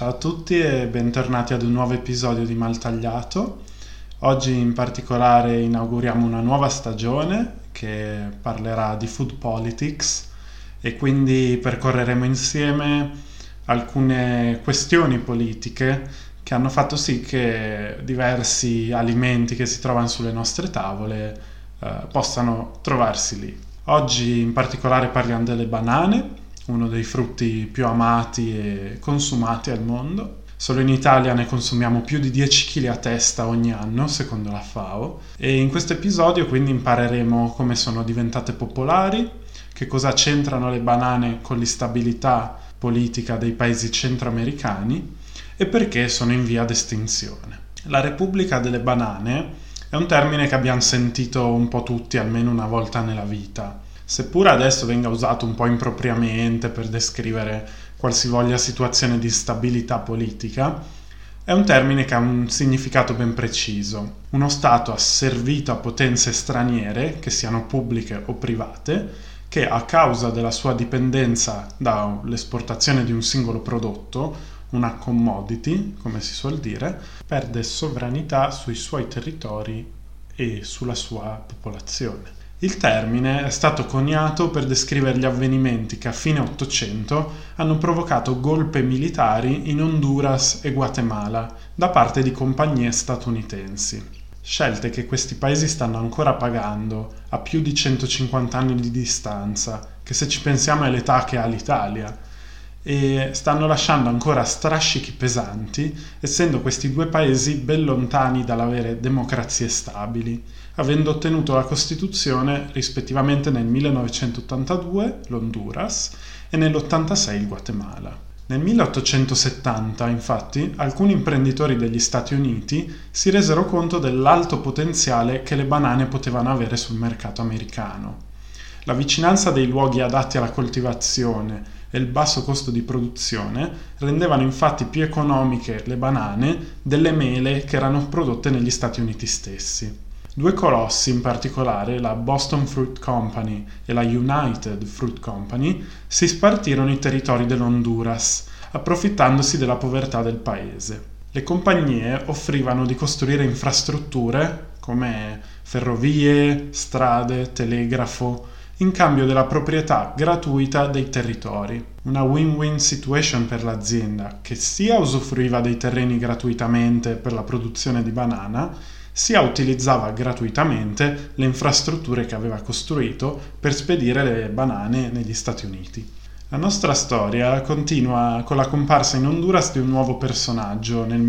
Ciao a tutti e bentornati ad un nuovo episodio di Maltagliato. Oggi in particolare inauguriamo una nuova stagione che parlerà di food politics e quindi percorreremo insieme alcune questioni politiche che hanno fatto sì che diversi alimenti che si trovano sulle nostre tavole possano trovarsi lì. Oggi in particolare parliamo delle banane, uno dei frutti più amati e consumati al mondo. Solo in Italia ne consumiamo più di 10 kg a testa ogni anno, secondo la FAO. E in questo episodio quindi impareremo come sono diventate popolari, che cosa c'entrano le banane con l'instabilità politica dei paesi centroamericani e perché sono in via d'estinzione. La Repubblica delle Banane è un termine che abbiamo sentito un po' tutti almeno una volta nella vita. Seppur adesso venga usato un po' impropriamente per descrivere qualsivoglia situazione di instabilità politica, è un termine che ha un significato ben preciso. Uno Stato asservito a potenze straniere, che siano pubbliche o private, che a causa della sua dipendenza dall'esportazione di un singolo prodotto, una commodity, come si suol dire, perde sovranità sui suoi territori e sulla sua popolazione. Il termine è stato coniato per descrivere gli avvenimenti che a fine Ottocento hanno provocato golpe militari in Honduras e Guatemala da parte di compagnie statunitensi. Scelte che questi paesi stanno ancora pagando a più di 150 anni di distanza, che se ci pensiamo è l'età che ha l'Italia, e stanno lasciando ancora strascichi pesanti, essendo questi due paesi ben lontani dall'avere democrazie stabili, avendo ottenuto la Costituzione rispettivamente nel 1982 l'Honduras e nell'86 il Guatemala. Nel 1870, infatti, alcuni imprenditori degli Stati Uniti si resero conto dell'alto potenziale che le banane potevano avere sul mercato americano. La vicinanza dei luoghi adatti alla coltivazione e il basso costo di produzione rendevano infatti più economiche le banane delle mele che erano prodotte negli Stati Uniti stessi. Due colossi in particolare, la Boston Fruit Company e la United Fruit Company, si spartirono i territori dell'Honduras, approfittandosi della povertà del paese. Le compagnie offrivano di costruire infrastrutture come ferrovie, strade, telegrafo, in cambio della proprietà gratuita dei territori. Una win-win situation per l'azienda, che sia usufruiva dei terreni gratuitamente per la produzione di banana, sia utilizzava gratuitamente le infrastrutture che aveva costruito per spedire le banane negli Stati Uniti. La nostra storia continua con la comparsa in Honduras di un nuovo personaggio nel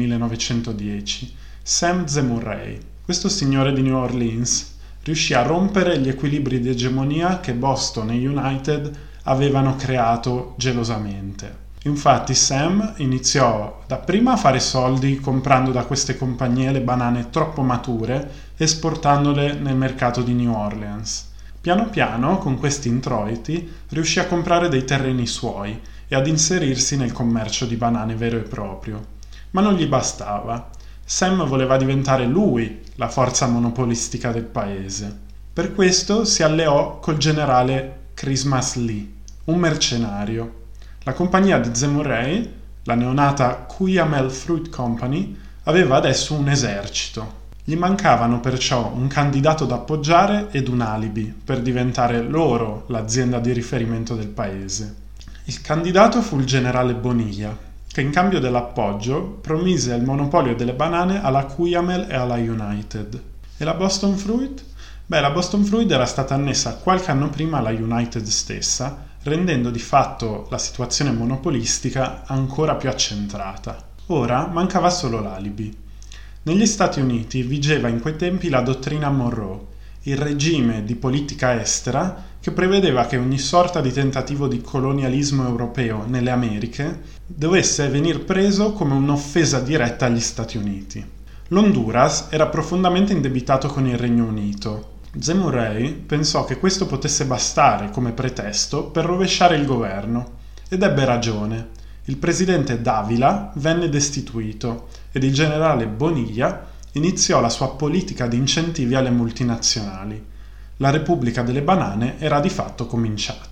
1910, Sam Zemurray. Questo signore di New Orleans riuscì a rompere gli equilibri di egemonia che Boston e United avevano creato gelosamente. Infatti Sam iniziò dapprima a fare soldi comprando da queste compagnie le banane troppo mature e esportandole nel mercato di New Orleans. Piano piano, con questi introiti, riuscì a comprare dei terreni suoi e ad inserirsi nel commercio di banane vero e proprio. Ma non gli bastava. Sam voleva diventare lui la forza monopolistica del paese. Per questo si alleò col generale Christmas Lee, un mercenario. La compagnia di Zemurray, la neonata Cuyamel Fruit Company, aveva adesso un esercito. Gli mancavano perciò un candidato da appoggiare ed un alibi per diventare loro l'azienda di riferimento del paese. Il candidato fu il generale Bonilla, che in cambio dell'appoggio promise il monopolio delle banane alla Cuyamel e alla United. E la Boston Fruit? La Boston Fruit era stata annessa qualche anno prima alla United stessa, rendendo di fatto la situazione monopolistica ancora più accentrata. Ora mancava solo l'alibi. Negli Stati Uniti vigeva in quei tempi la dottrina Monroe, il regime di politica estera che prevedeva che ogni sorta di tentativo di colonialismo europeo nelle Americhe dovesse venir preso come un'offesa diretta agli Stati Uniti. L'Honduras era profondamente indebitato con il Regno Unito. Zemurray pensò che questo potesse bastare come pretesto per rovesciare il governo, ed ebbe ragione. Il presidente Dávila venne destituito ed il generale Bonilla iniziò la sua politica di incentivi alle multinazionali. La Repubblica delle Banane era di fatto cominciata.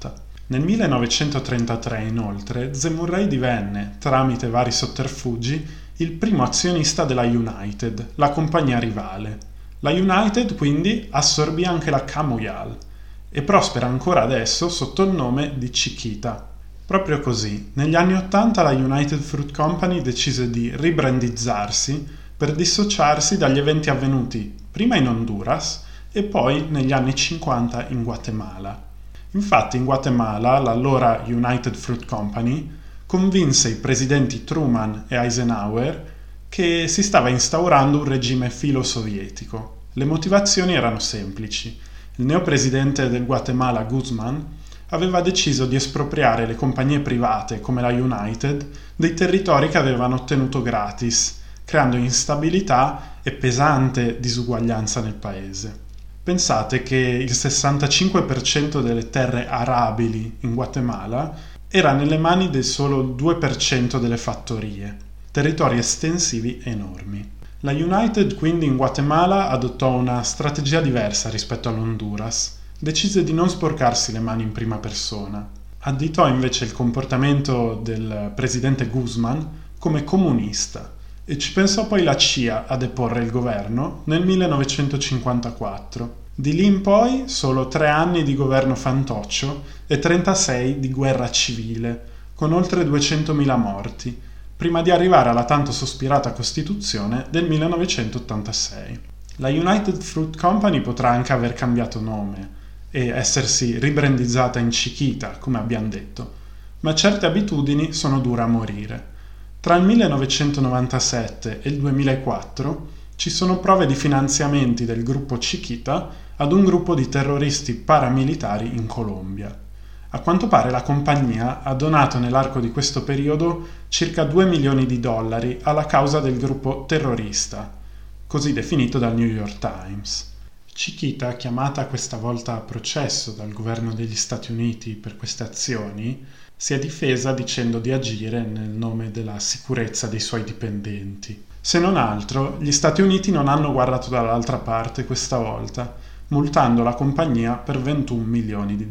Nel 1933, inoltre, Zé Murray divenne, tramite vari sotterfugi, il primo azionista della United, la compagnia rivale. La United, quindi, assorbì anche la Camoyal e prospera ancora adesso sotto il nome di Chiquita. Proprio così, negli anni '80 la United Fruit Company decise di ribrandizzarsi per dissociarsi dagli eventi avvenuti prima in Honduras e poi negli anni '50 in Guatemala. Infatti in Guatemala l'allora United Fruit Company convinse i presidenti Truman e Eisenhower che si stava instaurando un regime filo-sovietico. Le motivazioni erano semplici. Il neopresidente del Guatemala, Guzman, aveva deciso di espropriare le compagnie private come la United dei territori che avevano ottenuto gratis, creando instabilità e pesante disuguaglianza nel paese. Pensate che il 65% delle terre arabili in Guatemala era nelle mani del solo 2% delle fattorie, territori estensivi enormi. La United quindi in Guatemala adottò una strategia diversa rispetto all'Honduras. Decise di non sporcarsi le mani in prima persona. Additò invece il comportamento del presidente Guzman come comunista e ci pensò poi la CIA a deporre il governo nel 1954. Di lì in poi solo 3 anni di governo fantoccio e 36 di guerra civile, con oltre 200.000 morti, prima di arrivare alla tanto sospirata Costituzione del 1986. La United Fruit Company potrà anche aver cambiato nome e essersi ribrandizzata in Chiquita, come abbiamo detto, ma certe abitudini sono dure a morire. Tra il 1997 e il 2004 ci sono prove di finanziamenti del gruppo Chiquita ad un gruppo di terroristi paramilitari in Colombia. A quanto pare la compagnia ha donato nell'arco di questo periodo circa $2 milioni alla causa del gruppo terrorista, così definito dal New York Times. Chiquita, chiamata questa volta a processo dal governo degli Stati Uniti per queste azioni, si è difesa dicendo di agire nel nome della sicurezza dei suoi dipendenti. Se non altro, gli Stati Uniti non hanno guardato dall'altra parte questa volta, multando la compagnia per $21 milioni.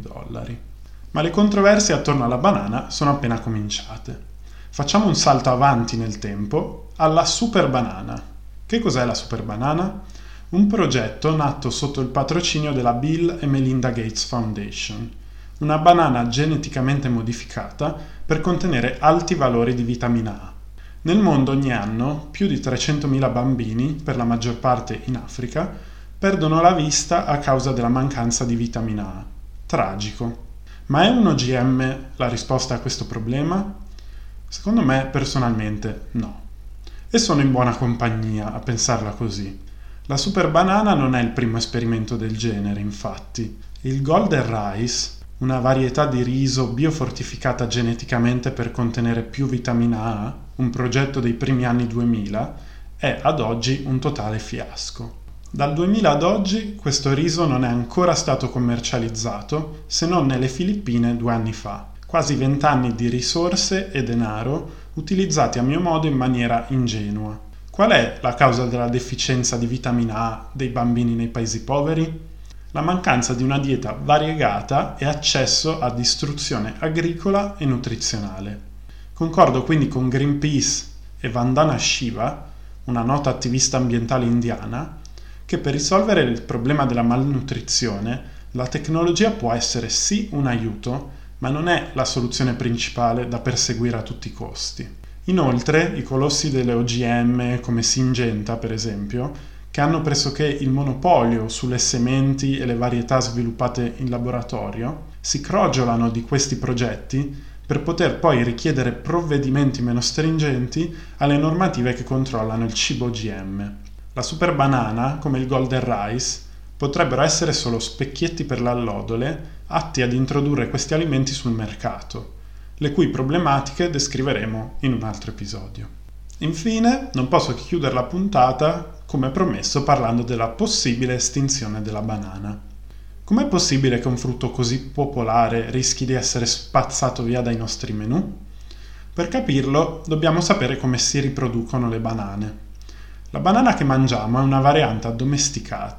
Ma le controversie attorno alla banana sono appena cominciate. Facciamo un salto avanti nel tempo alla super banana. Che cos'è la super banana? Un progetto nato sotto il patrocinio della Bill e Melinda Gates Foundation, una banana geneticamente modificata per contenere alti valori di vitamina A. Nel mondo ogni anno più di 300.000 bambini, per la maggior parte in Africa, perdono la vista a causa della mancanza di vitamina A. Tragico. Ma è un OGM la risposta a questo problema? Secondo me, personalmente, no. E sono in buona compagnia a pensarla così. La super banana non è il primo esperimento del genere, infatti. Il Golden Rice, una varietà di riso biofortificata geneticamente per contenere più vitamina A, un progetto dei primi anni 2000, è ad oggi un totale fiasco. Dal 2000 ad oggi questo riso non è ancora stato commercializzato se non nelle Filippine 2 anni fa. Quasi 20 anni di risorse e denaro utilizzati a mio modo in maniera ingenua. Qual è la causa della deficienza di vitamina A dei bambini nei paesi poveri? La mancanza di una dieta variegata e accesso ad istruzione agricola e nutrizionale. Concordo quindi con Greenpeace e Vandana Shiva, una nota attivista ambientale indiana, che per risolvere il problema della malnutrizione la tecnologia può essere sì un aiuto, ma non è la soluzione principale da perseguire a tutti i costi. Inoltre, i colossi delle OGM come Syngenta, per esempio, che hanno pressoché il monopolio sulle sementi e le varietà sviluppate in laboratorio, si crogiolano di questi progetti per poter poi richiedere provvedimenti meno stringenti alle normative che controllano il cibo OGM. La super banana, come il Golden Rice, potrebbero essere solo specchietti per l'allodole atti ad introdurre questi alimenti sul mercato, le cui problematiche descriveremo in un altro episodio. Infine, non posso che chiudere la puntata, come promesso, parlando della possibile estinzione della banana. Com'è possibile che un frutto così popolare rischi di essere spazzato via dai nostri menù? Per capirlo, dobbiamo sapere come si riproducono le banane. La banana che mangiamo è una variante addomesticata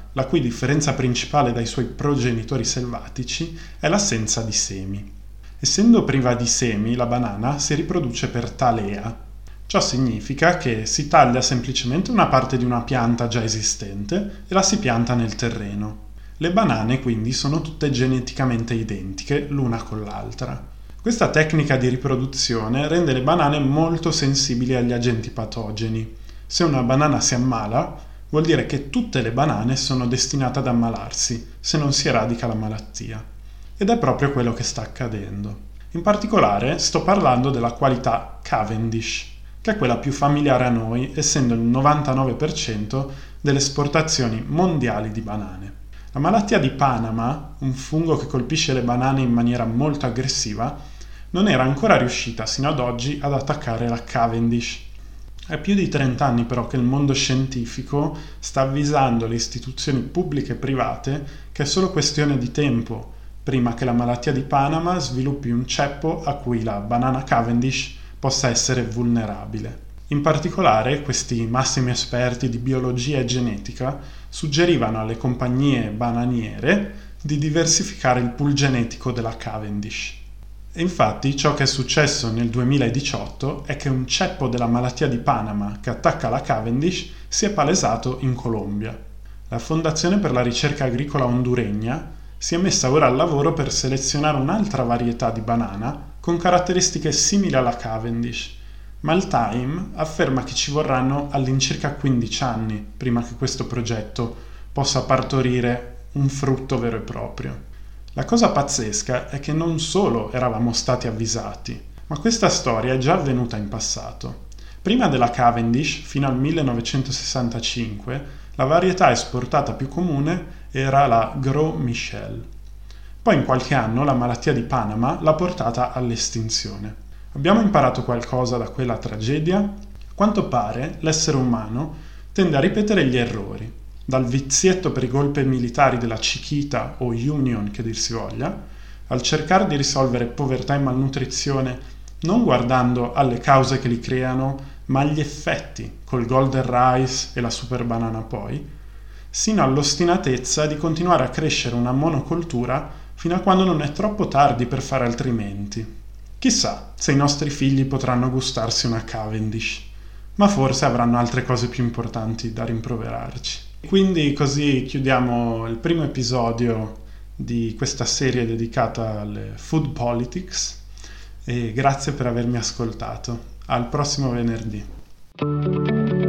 la cui differenza principale dai suoi progenitori selvatici è l'assenza di semi. Essendo priva di semi, la banana si riproduce per talea. Ciò significa che si taglia semplicemente una parte di una pianta già esistente e la si pianta nel terreno. Le banane quindi sono tutte geneticamente identiche l'una con l'altra. Questa tecnica di riproduzione rende le banane molto sensibili agli agenti patogeni. Se una banana si ammala, vuol dire che tutte le banane sono destinate ad ammalarsi se non si eradica la malattia. Ed è proprio quello che sta accadendo. In particolare sto parlando della qualità Cavendish, che è quella più familiare a noi, essendo il 99% delle esportazioni mondiali di banane. La malattia di Panama, un fungo che colpisce le banane in maniera molto aggressiva, non era ancora riuscita sino ad oggi ad attaccare la Cavendish. È più di 30 anni però che il mondo scientifico sta avvisando le istituzioni pubbliche e private che è solo questione di tempo prima che la malattia di Panama sviluppi un ceppo a cui la banana Cavendish possa essere vulnerabile. In particolare, questi massimi esperti di biologia e genetica suggerivano alle compagnie bananiere di diversificare il pool genetico della Cavendish. E infatti ciò che è successo nel 2018 è che un ceppo della malattia di Panama che attacca la Cavendish si è palesato in Colombia. La Fondazione per la ricerca agricola honduregna si è messa ora al lavoro per selezionare un'altra varietà di banana con caratteristiche simili alla Cavendish, ma il Time afferma che ci vorranno all'incirca 15 anni prima che questo progetto possa partorire un frutto vero e proprio. La cosa pazzesca è che non solo eravamo stati avvisati, ma questa storia è già avvenuta in passato. Prima della Cavendish, fino al 1965, la varietà esportata più comune era la Gros Michel. Poi in qualche anno la malattia di Panama l'ha portata all'estinzione. Abbiamo imparato qualcosa da quella tragedia? A quanto pare l'essere umano tende a ripetere gli errori, dal vizietto per i golpe militari della Chiquita o Union che dir si voglia, al cercare di risolvere povertà e malnutrizione non guardando alle cause che li creano, ma agli effetti col golden rice e la super banana poi, sino all'ostinatezza di continuare a crescere una monocoltura fino a quando non è troppo tardi per fare altrimenti. Chissà se i nostri figli potranno gustarsi una Cavendish, ma forse avranno altre cose più importanti da rimproverarci. Quindi così chiudiamo il primo episodio di questa serie dedicata alle food politics e grazie per avermi ascoltato. Al prossimo venerdì.